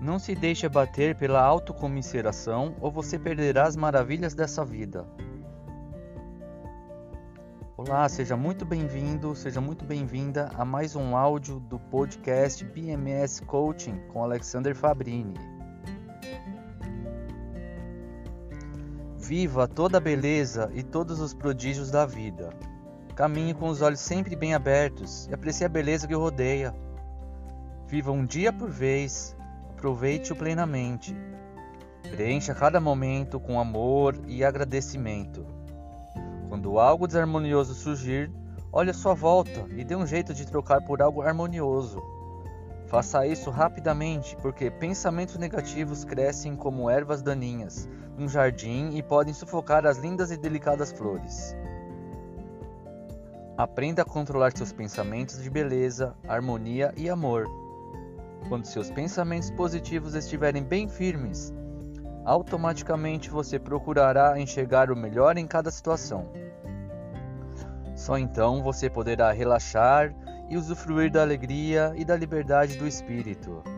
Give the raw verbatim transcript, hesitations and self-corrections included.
Não se deixe abater pela autocomiseração ou você perderá as maravilhas dessa vida. Olá, seja muito bem-vindo, seja muito bem-vinda a mais um áudio do podcast B M S Coaching com Alexander Fabrini. Viva toda a beleza e todos os prodígios da vida. Caminhe com os olhos sempre bem abertos e aprecie a beleza que o rodeia. Viva um dia por vez, aproveite-o plenamente. Preencha cada momento com amor e agradecimento. Quando algo desarmonioso surgir, olhe à sua volta e dê um jeito de trocar por algo harmonioso. Faça isso rapidamente, porque pensamentos negativos crescem como ervas daninhas num jardim e podem sufocar as lindas e delicadas flores. Aprenda a controlar seus pensamentos de beleza, harmonia e amor. Quando seus pensamentos positivos estiverem bem firmes, automaticamente você procurará enxergar o melhor em cada situação. Só então você poderá relaxar e usufruir da alegria e da liberdade do espírito.